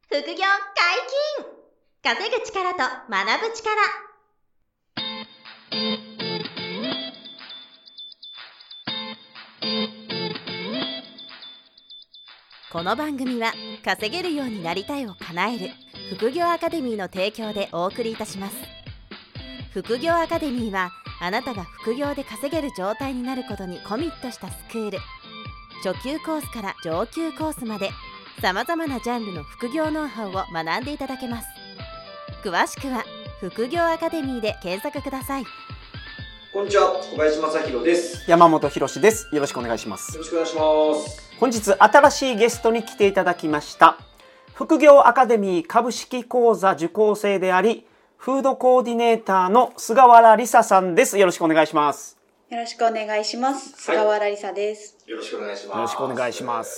副業解禁！稼ぐ力と学ぶ力。この番組は稼げるようになりたいを叶える副業アカデミーの提供でお送りいたします。副業アカデミーはあなたが副業で稼げる状態になることにコミットしたスクール。初級コースから上級コースまでさまざまなジャンルの副業ノウハウを学んでいただけます。詳しくは副業アカデミーで検索ください。 こんにちは、小林正弘です。 山本博です。よろしくお願いします。 よろしくお願いします。 本日新しいゲストに来ていただきました。副業アカデミー株式講座受講生でありフードコーディネーターの菅原理沙さんです。よろしくお願いします。 よろしくお願いします。菅原理沙です。 よろしくお願いします。 よろしくお願いします。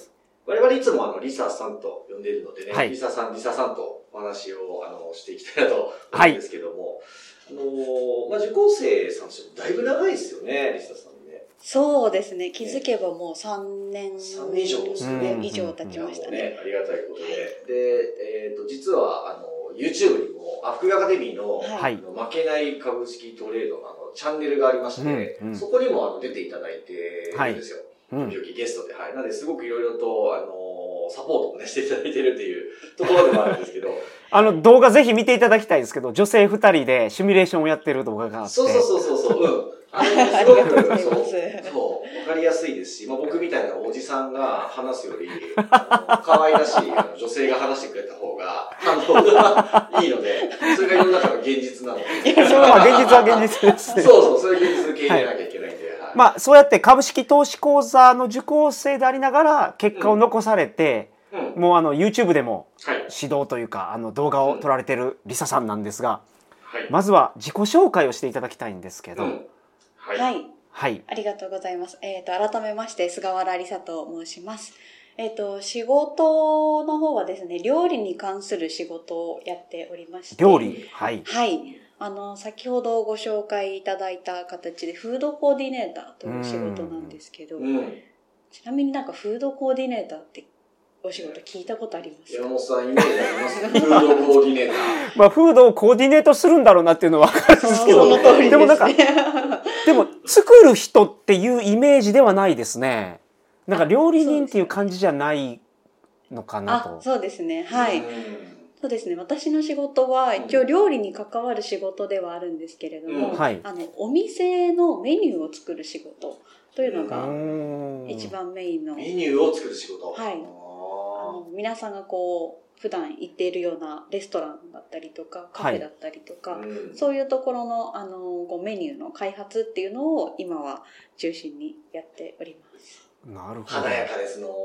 我々いつもリサさんと呼んでいるのでね、 はい、 リサさんとお話をしていきたいなと思うんですけども、受講生さんとしてだいぶ長いですよね、リサさんね。 そうですね。気づけばもう3年以上ですね。 以上経ちましたね。 ありがたいことで。で、実はYouTube にも副業アカデミーの、負けない株式トレードのチャンネルがありまして、そこにも出ていただいてるんですよ。時々ゲストで。なので、すごくいろいろと、サポートもね、していただいてるっていうところでもあるんですけど。 動画ぜひ見ていただきたいですけど、女性2人でシミュレーションをやってる動画があって。 そう。すごく、そう、わかりやすいですし、僕みたいなおじさんが話すより、可愛らしい女性が話してくれた方が、いいので、それが世の中の現実なので。 現実は現実ですね。 そう、それ現実受け入れなきゃいけないんで。 そうやって株式投資講座の受講生でありながら結果を残されて、もうYouTube でも指導というか動画を撮られてるリサさんなんですが、まずは自己紹介をしていただきたいんですけど。 はい。ありがとうございます。改めまして菅原理沙と申します。仕事の方はですね、料理に関する仕事をやっておりまして。 料理。はい。 先ほどご紹介いただいた形でフードコーディネーターという仕事なんですけど、ちなみにフードコーディネーターってお仕事聞いたことありますか？ 山本さんイメージありますフードコーディネーター。 フードをコーディネートするんだろうなっていうのは分かるんですけど、 その通りですね。 でも作る人っていうイメージではないですね。料理人っていう感じじゃないのかなと。 そうですね。はい。そうですね。私の仕事は一応料理に関わる仕事ではあるんですけれども、お店のメニューを作る仕事というのが一番メインの。 メニューを作る仕事。 はい。皆さんが普段行っているようなレストランだったりとかカフェだったりとか、そういうところのメニューの開発っていうのを今は中心にやっております。 なるほど。 華やかですの。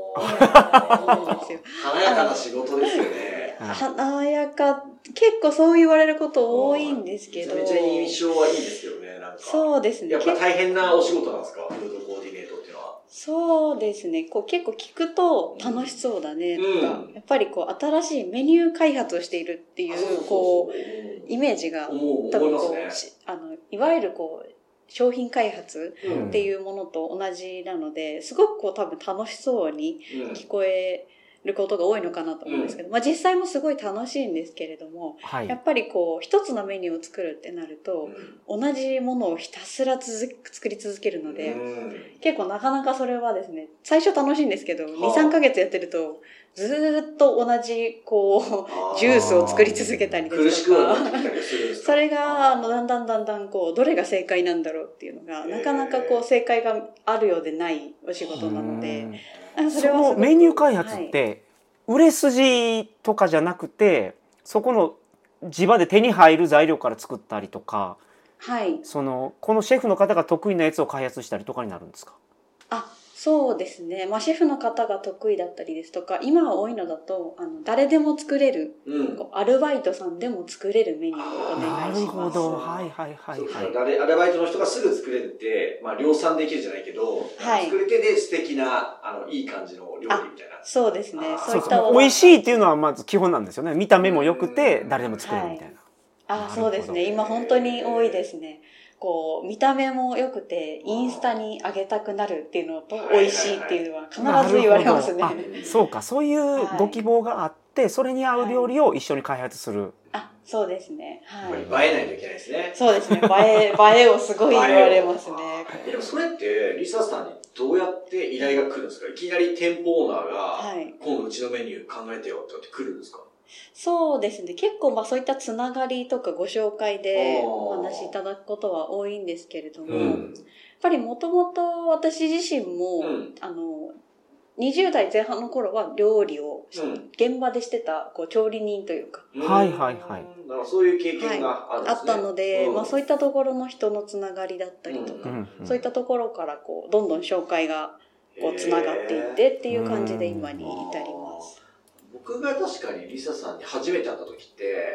華やかな仕事ですよね。 華やか、結構そう言われること多いんですけど。 めちゃめちゃ印象はいいですよね。 そうですね。 やっぱ大変なお仕事なんですか、フードコーディネートっていうのは。 そうですね。結構聞くと楽しそうだねとか、やっぱり新しいメニュー開発をしているっていう、イメージが多分いわゆる商品開発っていうものと同じなので、すごく多分楽しそうに聞こえることが多いのかなと思うんですけど、実際もすごい楽しいんですけれども、やっぱり一つのメニューを作るってなると、同じものをひたすら作り続けるので、結構なかなかそれはですね、最初楽しいんですけど、2、3ヶ月やってると、ずーっと同じジュースを作り続けたりですとか、それがだんだんどれが正解なんだろうっていうのが、なかなか正解があるようでないお仕事なので、 そのメニュー開発って売れ筋とかじゃなくて、そこの地場で手に入る材料から作ったりとか、このシェフの方が得意なやつを開発したりとかになるんですか？ そうですね。シェフの方が得意だったりですとか、今は多いのだと、誰でも作れる、アルバイトさんでも作れるメニューをお願いします。 なるほど。はい。 アルバイトの人がすぐ作れるって、量産できるじゃないけど、作れてで素敵な、いい感じの料理みたいな。 そうですね。 美味しいっていうのはまず基本なんですよね。見た目も良くて、誰でも作れるみたいな。 そうですね。今本当に多いですね。見た目も良くてインスタに上げたくなるっていうのと美味しいっていうのは必ず言われますね。 そうか、そういうご希望があっってそれに合う料理を一緒に開発する。 そうですね。はい。 映えないといけないですね。 そうですね。映えをすごい言われますね。 でもそれってリサさんにどうやって依頼が来るんですか？いきなり店舗オーナーが、今度うちのメニュー考えてよって言って来るんですか？ そうですね。結構そういったつながりとかご紹介でお話しいただくことは多いんですけれども、やっぱりもともと私自身も、20代前半の頃は料理を現場でしてた調理人というか、 はいはいはい。 そういう経験があるんですね。 あったので、そういったところの人のつながりだったりとか、そういったところからどんどん紹介がつながっていってっていう感じで今に至ります。 僕が確かにリサさんに初めて会った時って、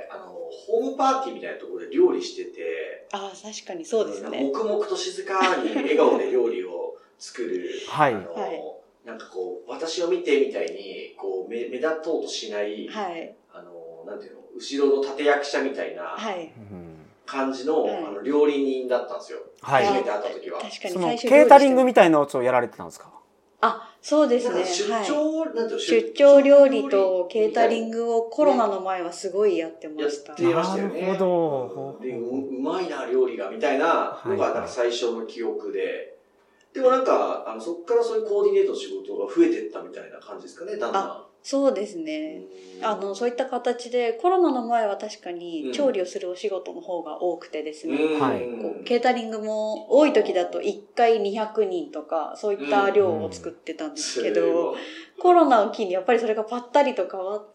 ホームパーティーみたいなところで料理してて、 確かにそうですね。 黙々と静かに笑顔で料理を作る、なんか私を見てみたいに、目立とうとしない、なんていうの、後ろの立役者みたいな感じの、料理人だったんですよ。初めて会った時は。 確かに最初ケータリングみたいなやつをやられてたんですか？ そうですね。 出張料理とケータリングをコロナの前はすごいやってました。 やってましたよね。 なるほど。 で、うまいな、料理が、みたいなのが、最初の記憶で。でもそっからそういうコーディネートの仕事が増えていったみたいな感じですかね、だんだん。 そうですね。そういった形で、コロナの前は確かに調理をするお仕事の方が多くてですね、ケータリングも多い時だと1回200人とか、そういった量を作ってたんですけど、コロナを機にやっぱりそれがぱったりと変わって、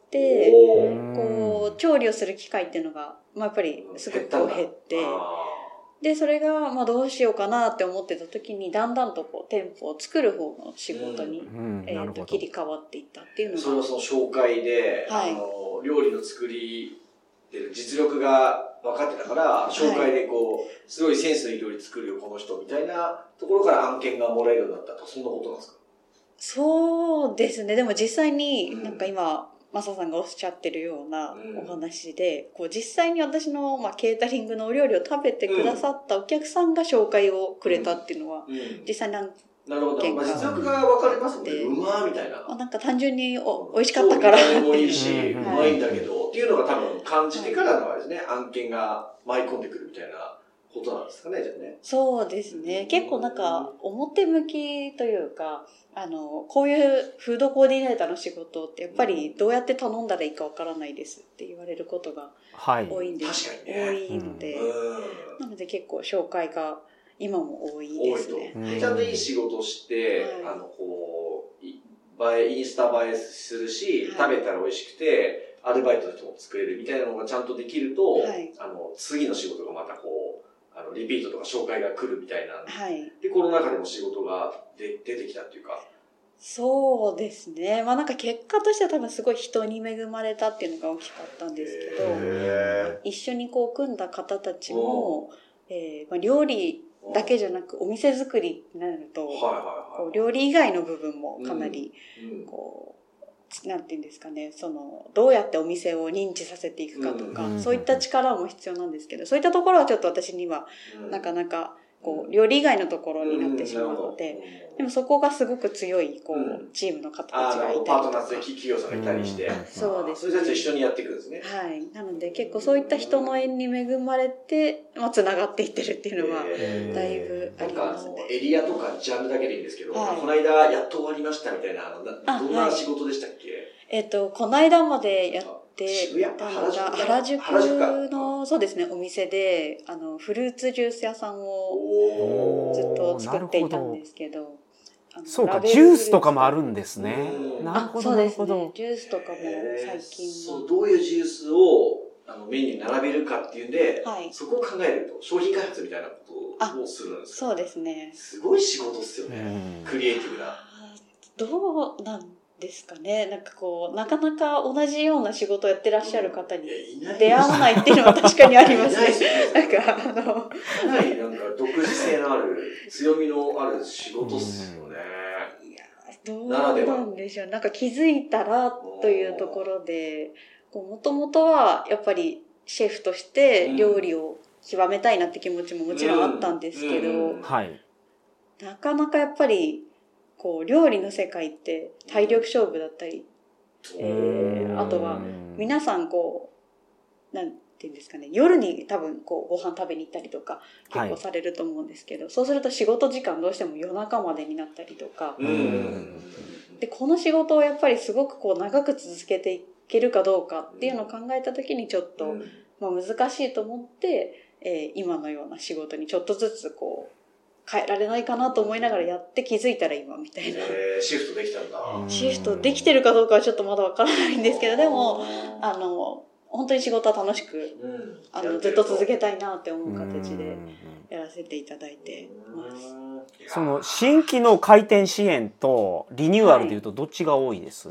調理をする機会っていうのが、やっぱりすごく減って、で、それが、どうしようかなって思ってた時に、だんだんと店舗を作る方の仕事に、切り替わっていったっていうのが。 それはその紹介で、料理の作りで実力が分かってたから、紹介ですごいセンスのいい料理作るよ、この人みたいなところから案件がもらえるようになったと、そんなことなんですか？ そうですね。でも実際に今、マサさんがおっしゃってるようなお話で、実際に私の、ケータリングのお料理を食べてくださったお客さんが紹介をくれたっていうのは、実際何件か。 実力が分かりますもんね。うまーみたいな。 なんか単純に美味しかったから。 見た目もいいし、うまいんだけど、っていうのが多分感じてからのあれですね、案件が舞い込んでくるみたいなことなんですかね、じゃあね。 そうですね。結構表向きというか、こういうフードコーディネーターの仕事ってやっぱりどうやって頼んだらいいかわからないですって言われることが多いんです。 確かにね。 多いので、なので結構紹介が今も多いですね。 ちゃんといい仕事して、インスタ映えするし、食べたら美味しくて、アルバイトの人も作れるみたいなのがちゃんとできると、次の仕事がまたリピートとか紹介が来るみたいな。で、コロナ禍でも仕事が出てきたっていうか。 そうですね。結果としては多分すごい人に恵まれたっていうのが大きかったんですけど、一緒に組んだ方たちも、料理だけじゃなくお店作りになると、料理以外の部分もかなり、なんていうんですかね、どうやってお店を認知させていくかとか、そういった力も必要なんですけど、そういったところはちょっと私には、なかなか、料理以外のところになってしまうので、でもそこがすごく強い、チームの方たちがいたりとか。 パートナーズで企業さんがいたりして。 そうです。 それたちと一緒にやっていくんですね。 はい。なので結構そういった人の縁に恵まれて、繋がっていってるっていうのは、だいぶありますね。 エリアとかジャンルだけでいいんですけど、この間やっと終わりましたみたいな、どんな仕事でしたっけ？ この間までやってたのが、原宿の、そうですね、お店で、フルーツジュース屋さんをずっと作っていたんですけど、 そうか、ジュースとかもあるんですね。 なるほど。そうですね。ジュースとかも最近は。 どういうジュースをメニューに並べるかっていうんで、そこを考えると、商品開発みたいなことをするんですか？ そうですね。 すごい仕事っすよね。クリエイティブな。 どうなんですかね。なかなか同じような仕事をやってらっしゃる方に出会わないっていうのは確かにありますね。 独自性のある、強みのある仕事っすよね。 どうなんでしょう。気づいたらというところで、もともとはやっぱりシェフとして料理を極めたいなって気持ちももちろんあったんですけど、なかなかやっぱり料理の世界って体力勝負だったりあとは皆さんこうなんていうんですかね、夜に多分こうご飯食べに行ったりとか結構されると思うんですけど、そうすると仕事時間どうしても夜中までになったりとか、でこの仕事をやっぱりすごくこう長く続けていけるかどうかっていうのを考えた時にちょっと、難しいと思って、今のような仕事にちょっとずつこう変えられないかなと思いながらやって気づいたら今みたいな。 シフトできたんだ。 シフトできてるかどうかはちょっとまだわからないんですけど、でも本当に仕事は楽しく、ずっと続けたいなって思う形でやらせていただいてます。 その新規の開店支援とリニューアルでいうとどっちが多いです？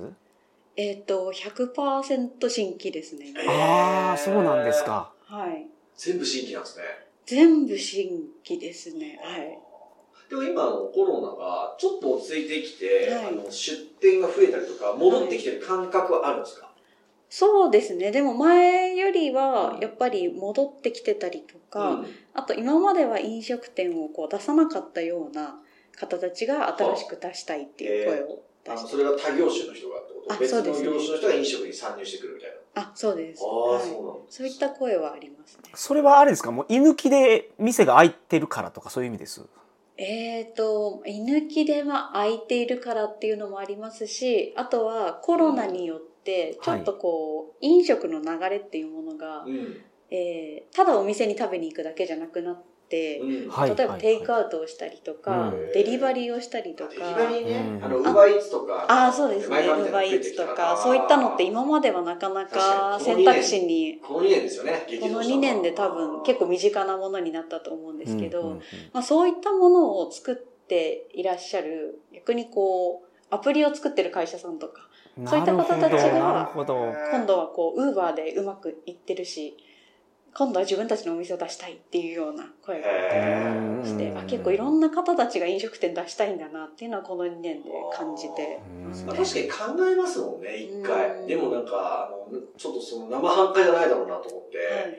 100% 新規ですね。 ああ、そうなんですか。 はい。 全部新規なんですね。 全部新規ですね。はい。 でも今コロナがちょっと落ち着いてきて、出店が増えたりとか戻ってきてる感覚はあるんですか？ そうですね。でも前よりはやっぱり戻ってきてたりとか、あと今までは飲食店をこう出さなかったような方たちが新しく出したいっていう声を出して、 それが他業種の人がってこと？別の業種の人が飲食に参入してくるみたいな。 そうです。そういった声はありますね。 それはあれですか？もう居抜きで店が開いてるからとかそういう意味です？ 居抜きで開いているからっていうのもありますし、あとはコロナによってちょっとこう、飲食の流れっていうものが、ただお店に食べに行くだけじゃなくなって、例えばテイクアウトをしたりとか、デリバリーをしたりとか。 デリバリーね。ウーバーイーツとか。 そうですね。ウーバーイーツとか、そういったのって今まではなかなか選択肢に。 この2年ですよね。 この2年で多分結構身近なものになったと思うんですけど、そういったものを作っていらっしゃる、逆にこう、アプリを作ってる会社さんとか、そういった方たちが、今度はこう、ウーバーでうまくいってるし、今度は自分たちのお店を出したいっていうような声があったりして、結構いろんな方たちが飲食店出したいんだなっていうのはこの2年で感じてますね。 確かに考えますもんね、一回。でもなんか、ちょっとその生半可じゃないだろうなと思って、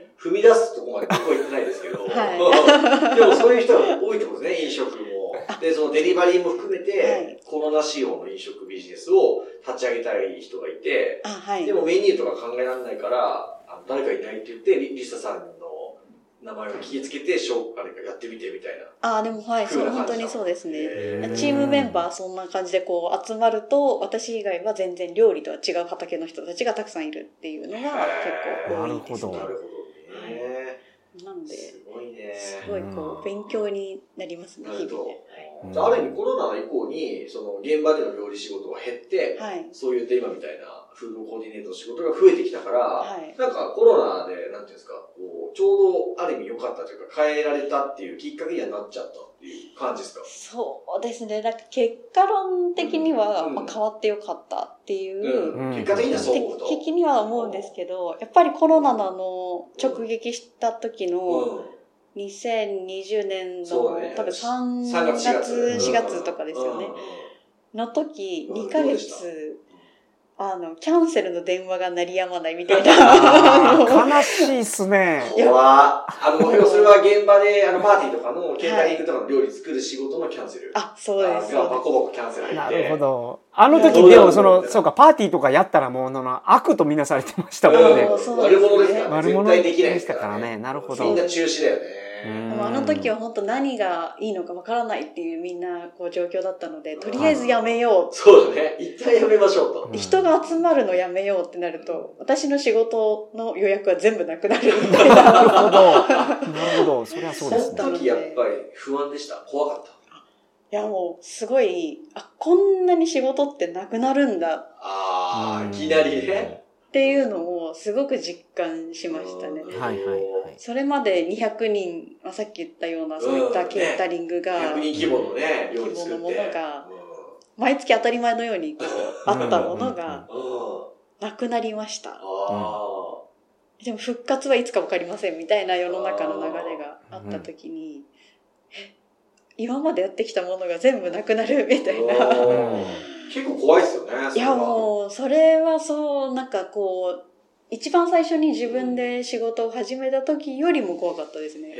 踏み出すとこまで僕は言ってないですけど、でもそういう人が多いってことですね、飲食も。で、そのデリバリーも含めて、コロナ仕様の飲食ビジネスを立ち上げたい人がいて、でもメニューとか考えられないから、誰かいないって言って、リサさんの名前を聞きつけて、やってみてみたいな。 でも本当にそうですね。チームメンバーそんな感じでこう集まると、私以外は全然料理とは違う畑の人たちがたくさんいるっていうのが結構多いですね。 なるほどね。 なので、 すごいね。 すごいこう、勉強になりますね、日々ね。 ある意味コロナ以降に、その現場での料理仕事が減って、そういう今みたいなフードコーディネートの仕事が増えてきたから、なんかコロナで、なんていうんですか、こう、ちょうどある意味良かったというか、変えられたっていうきっかけにはなっちゃったっていう感じですか？ そうですね。なんか結果論的には、変わって良かったっていう、 結果的にはそう思うと。 的には思うんですけど、やっぱりコロナの直撃した時の、2020年の多分3月、4月とかですよね。の時、2ヶ月、キャンセルの電話が鳴りやまないみたいな。 悲しいっすね。 それは現場で、パーティーとかのケータリングとかの料理作る仕事のキャンセル。 そうです。 バコバコキャンセル入って。 なるほど。あの時でもそうか、パーティーとかやったらもう悪とみなされてましたもんね。 悪者ですからね。 悪者でしたからね。なるほど。 みんな中止だよね。 でもあの時は本当何がいいのかわからないっていうみんなこう状況だったので、とりあえずやめよう。 そうだね。一旦やめましょうと。 人が集まるのやめようってなると、私の仕事の予約は全部なくなるみたいな。 なるほど。そりゃそうですね。 その時やっぱり不安でした。怖かった。 いやもうすごい、こんなに仕事ってなくなるんだ。 いきなりね。 っていうのをすごく実感しましたね。それまで200人、さっき言ったようなそういったケータリングが、 100人規模のね、 料理作って規模のものが、毎月当たり前のようにあったものが、なくなりました。でも復活はいつかわかりませんみたいな世の中の流れがあった時に、今までやってきたものが全部なくなるみたいな。 結構怖いですよね。 いやもう、それはそう、なんかこう、 一番最初に自分で仕事を始めた時よりも怖かったですね。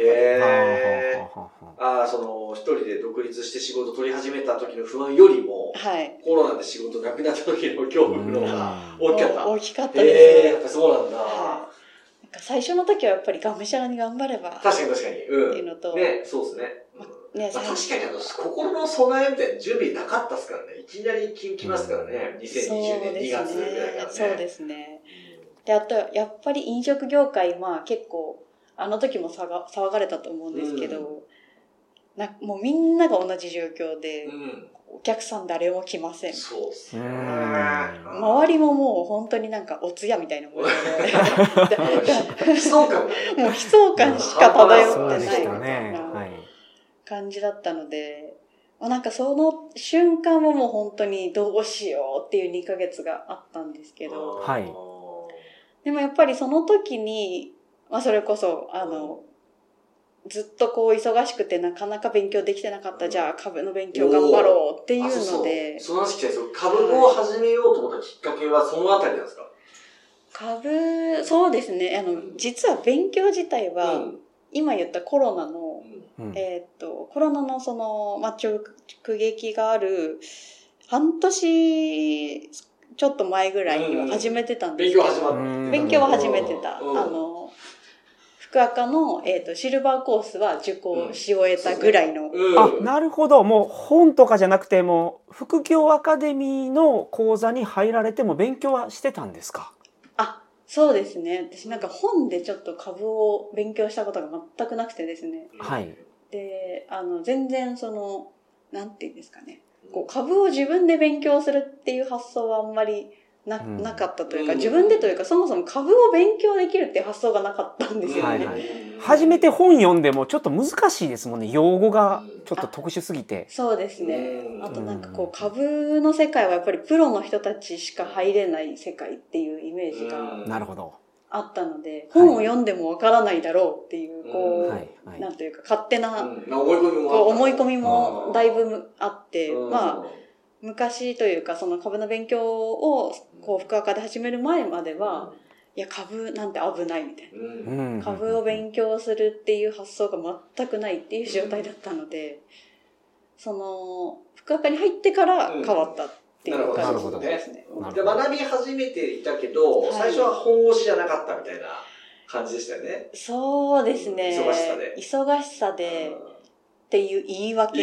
その一人で独立して仕事取り始めた時の不安よりも、 はい、 コロナで仕事なくなった時の恐怖の方が大きかった。 大きかったですね。 やっぱそうなんだ。 なんか最初の時はやっぱりがむしゃらに頑張れば。 確かに。っていうのと。 ね、そうですね。確かに心の備えみたいな準備なかったですからね。いきなり来ますからね。2020年2月ぐらいからね。 そうですね。で、あと、やっぱり飲食業界、結構、あの時も騒がれたと思うんですけど、もうみんなが同じ状況で、お客さん誰も来ません。 そうですね。 周りももう本当になんかお通夜みたいなもので、 悲壮感もう悲壮感しか漂ってないみたいな感じだったので、なんかその瞬間はもう本当にどうしようっていう2ヶ月があったんですけど、でもやっぱりその時に、それこそ、ずっとこう忙しくてなかなか勉強できてなかった、じゃあ株の勉強頑張ろうっていうので。 その話聞きたいです。株を始めようと思ったきっかけはそのあたりなんですか？ そうですね。実は勉強自体は、今言ったコロナの、コロナのその、直撃がある、半年、ちょっと前ぐらいには始めてたんですけど、勉強は始めてた。福岡の、シルバーコースは受講し終えたぐらいの。 なるほど。もう本とかじゃなくて、もう副業アカデミーの講座に入られても勉強はしてたんですか？ そうですね。私なんか本でちょっと株を勉強したことが全くなくてですね。で、全然なんていうんですかね。株を自分で勉強するっていう発想はあんまりなかったというか、自分でというか、そもそも株を勉強できるっていう発想がなかったんですよね。 初めて本読んでもちょっと難しいですもんね。用語がちょっと特殊すぎて。 そうですね。あとなんか株の世界はやっぱりプロの人たちしか入れない世界っていうイメージがあったので、本を読んでもわからないだろうっていう、なんというか勝手な思い込みもだいぶあって、昔というかその株の勉強を福岡で始める前までは、いや株なんて危ないみたいな、株を勉強するっていう発想が全くないっていう状態だったので、その福岡に入ってから変わったっていう感じですね。 で学び始めていたけど、最初は本腰じゃなかったみたいな感じでしたよね。 そうですね。忙しさでっていう言い訳を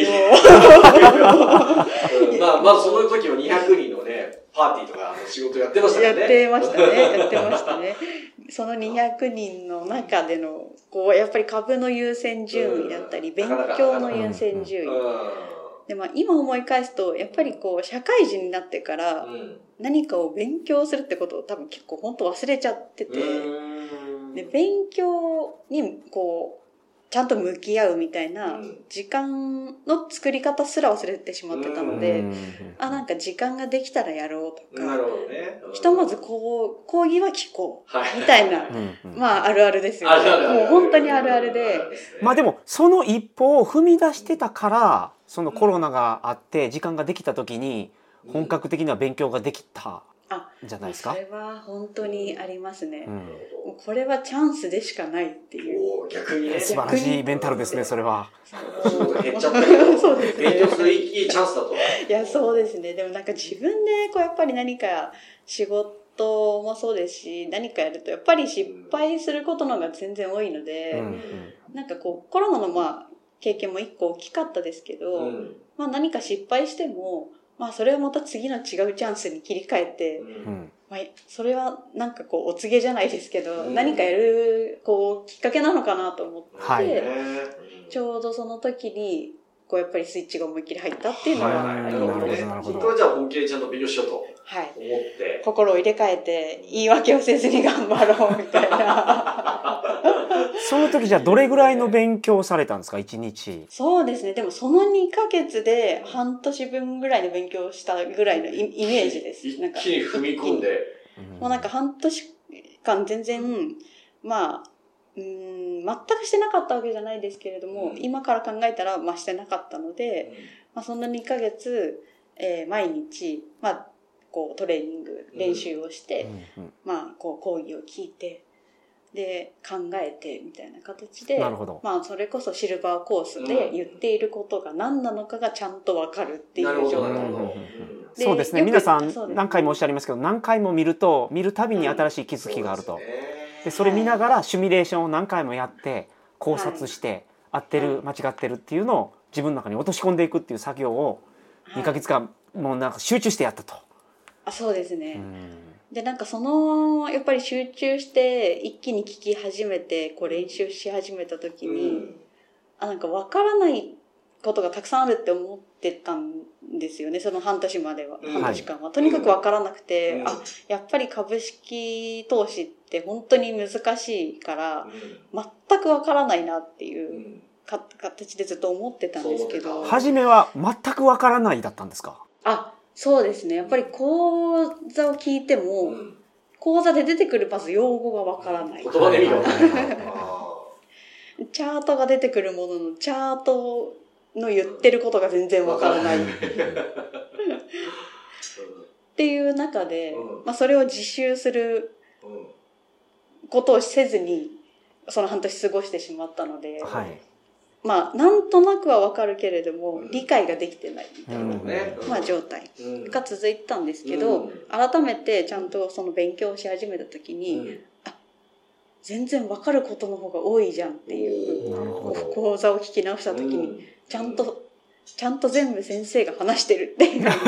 その時は200人のねパーティーとか仕事やってましたね。 やってましたね。その200人の中でのやっぱり株の優先順位だったり、勉強の優先順位で、今思い返すとやっぱり社会人になってから何かを勉強するってことを多分結構本当忘れちゃってて、で勉強にちゃんと向き合うみたいな時間の作り方すら忘れてしまってたので、なんか時間ができたらやろうとか、ひとまず講義は聞こうみたいな、あるあるですよね。もう本当にあるあるで。 でもその一歩を踏み出してたから、そのコロナがあって時間ができた時に本格的な勉強ができた。じゃないですか。 それは本当にありますね。もうこれはチャンスでしかないっていう。 逆にね。 素晴らしいメンタルですね、それは。 仕事減っちゃったけど、そうですね。勉強するいいチャンスだと。 いや、そうですね。でもなんか自分でやっぱり何か仕事もそうですし、何かやるとやっぱり失敗することの方が全然多いので、なんかコロナの経験も一個大きかったですけど、何か失敗しても、それをまた次の違うチャンスに切り替えて、それはなんかお告げじゃないですけど、何かやるきっかけなのかなと思って、ちょうどその時にやっぱりスイッチが思いっきり入ったっていうのがあります。 そこからじゃあ本気でちゃんと勉強しようと思って、 心を入れ替えて言い訳をせずに頑張ろうみたいな。 その時じゃあどれぐらいの勉強されたんですか、1日？ そうですね。でもその2ヶ月で半年分ぐらいの勉強したぐらいのイメージです。 一気に踏み込んで。 もうなんか半年間全然、全くしてなかったわけじゃないですけれども、今から考えたらしてなかったので、そんな2ヶ月、毎日、 こうトレーニング練習をして、まあこう講義を聞いてで考えてみたいな形で、まあそれこそシルバーコースで言っていることが何なのかがちゃんと分かるっていう状態。 そうですね。皆さん何回もおっしゃいますけど、何回も見ると見るたびに新しい気づきがあると。でそれ見ながらシミュレーションを何回もやって考察して合ってる間違ってるっていうのを自分の中に落とし込んでいくっていう作業を2ヶ月間もうなんか集中してやったと。 そうですね。でなんかそのやっぱり集中して一気に聞き始めてこう練習し始めた時に、なんか分からないことがたくさんあるって思ってたんですよね。その半年までは、半年間はとにかく分からなくて、やっぱり株式投資って本当に難しいから全く分からないなっていう形でずっと思ってたんですけど、 初めは全く分からないだったんですか？ そうですね。やっぱり講座を聞いても、講座で出てくるまず用語がわからない。 言葉で見ろ。 チャートが出てくるものの、チャートの言ってることが全然わからない。っていう中で、まあそれを自習することをせずに、その半年過ごしてしまったので、まあなんとなくはわかるけれども理解ができてないみたいな、まあ状態が続いてたんですけど、改めてちゃんとその勉強をし始めた時に、全然わかることの方が多いじゃんっていう講座を聞き直した時にちゃんと全部先生が話してるっていうのに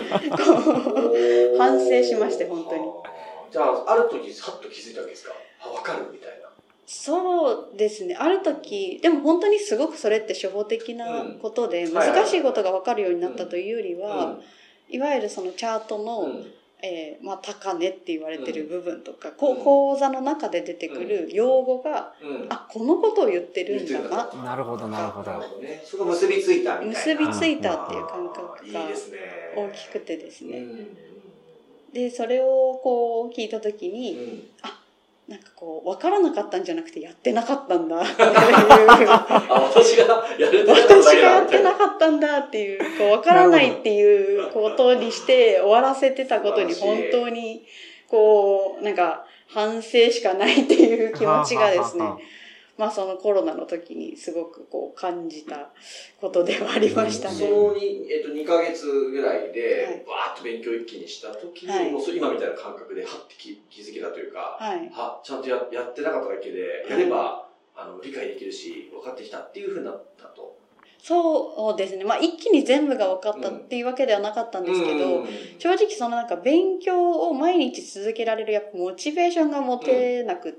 反省しまして、本当に。 じゃあある時さっと気づいたわけですか？わかるみたいな。 そうですね。ある時、でも本当にすごくそれって初歩的なことで、難しいことが分かるようになったというよりは、いわゆるそのチャートの、まあ高値って言われてる部分とか、講座の中で出てくる用語が、このことを言ってるんだな。 なるほどなるほど。 そこが結びついたみたいな。 結びついたっていう感覚が大きくてですね。で、それをこう聞いた時に、なんかこう分からなかったんじゃなくてやってなかったんだっていう私がやってなかったんだっていう、こう分からないっていうことにして終わらせてたことに本当にこうなんか反省しかないっていう気持ちがですね、まあそのコロナの時にすごくこう感じたことではありましたね。 その2ヶ月ぐらいでわーっと勉強一気にした時に、もう今みたいな感覚ではって気づけたというか、ちゃんとやってなかっただけでやれば、理解できるし分かってきたっていうふうになったと。 そうですね。まあ一気に全部が分かったっていうわけではなかったんですけど、正直そのなんか勉強を毎日続けられるやっぱモチベーションが持てなくって、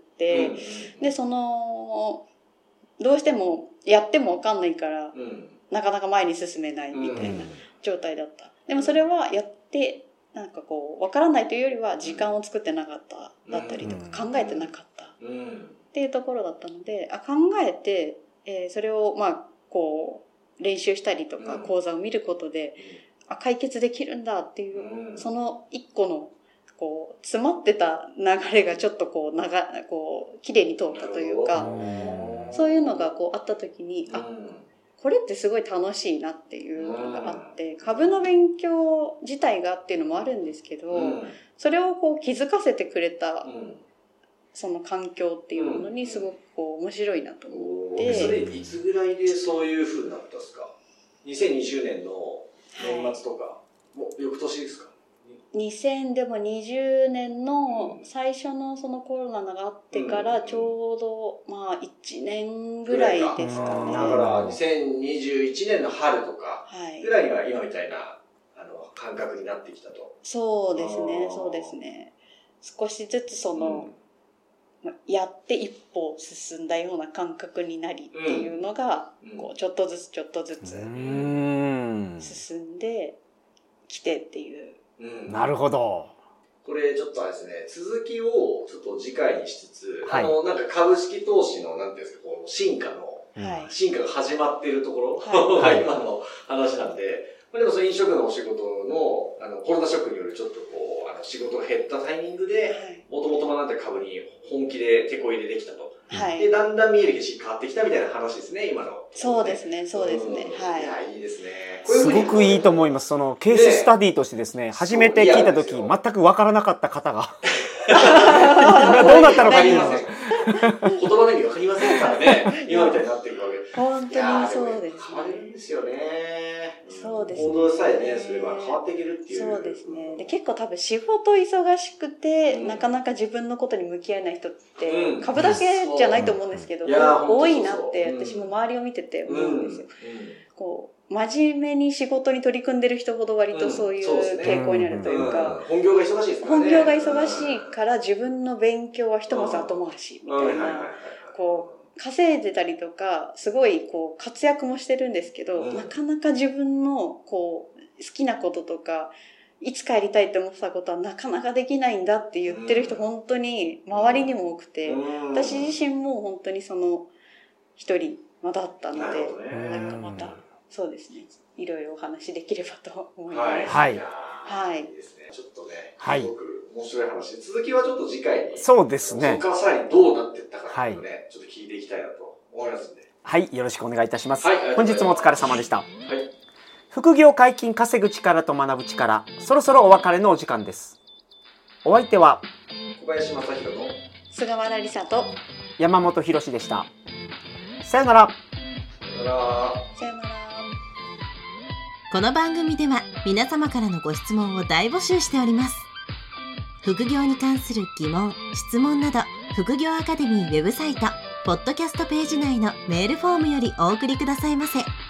でそのどうしてもやっても分かんないから、なかなか前に進めないみたいな状態だった。でもそれはやってなんかこう分からないというよりは時間を作ってなかっただったりとか、考えてなかったっていうところだったので、考えて、それをまあこう練習したりとか講座を見ることで、解決できるんだっていう、その一個のこう詰まってた流れがちょっとこう綺麗に通ったというか、そういうのがこうあった時に、これってすごい楽しいなっていうのがあって、株の勉強自体がっていうのもあるんですけど、それをこう気づかせてくれたその環境っていうものにすごくこう面白いなと思って。 それいつぐらいでそういう風になったんですか？2020年の年末とか、もう翌年ですか ？2020年の最初のそのコロナがあってからちょうどまあ1年ぐらいですかね。 だから2021年の春とかぐらいが今みたいな感覚になってきたと。 そうですね、そうですね。少しずつその、やって一歩進んだような感覚になりっていうのが、こうちょっとずつちょっとずつ進んできてっていう。 なるほど。 これちょっとあれですね、続きをちょっと次回にしつつ、なんか株式投資のなんていうんですか、この進化が始まっているところ、今の話なんで、でもその飲食のお仕事のコロナショックによるちょっとこう仕事が減ったタイミングで、もともと学んだ株に本気で手こ入れできたとはい。 で、だんだん見える景色変わってきたみたいな話ですね、今の。 そうですね、そうですね。はい。 いや、いいですね。 すごくいいと思います。そのケーススタディとしてですね、初めて聞いた時全く分からなかった方が今どうなったのかっていうのは言葉の意味分かりませんからね、今みたいになってるわけで。 本当にそうです。 変われるんですよね。 そうですね。 行動さえね、すれば変わっていけるっていう。 そうですね。で、結構多分仕事忙しくて、なかなか自分のことに向き合えない人って、株だけじゃないと思うんですけど、多いなって私も周りを見てて思うんですよ。こう、真面目に仕事に取り組んでる人ほど割とそういう傾向にあるというか、 本業が忙しいですからね。 本業が忙しいから自分の勉強はひとまず後回しみたいな、こう、稼いでたりとか、すごいこう活躍もしてるんですけど、なかなか自分のこう好きなこととか、いつかやりたいって思ってたことはなかなかできないんだって言ってる人本当に周りにも多くて、私自身も本当にその一人だったので、なんかまたそうですね、いろいろお話できればと思います。 はい。 はい。いいですね。ちょっとね、すごく面白い話で、続きはちょっと次回に。 そうですね。 そこからさらにどうなっていったかっていうのをね、ちょっと聞いていきたいなと思いますんで。 はい、よろしくお願いいたします。 はい、 本日もお疲れ様でした。 はい。 副業解禁、稼ぐ力と学ぶ力、そろそろお別れのお時間です。お相手は小林正弘と菅原梨沙と山本博でした。さよなら。 さよなら。 さよなら。 この番組では皆様からのご質問を大募集しております。副業に関する疑問・質問など、副業アカデミーウェブサイト、ポッドキャストページ内のメールフォームよりお送りくださいませ。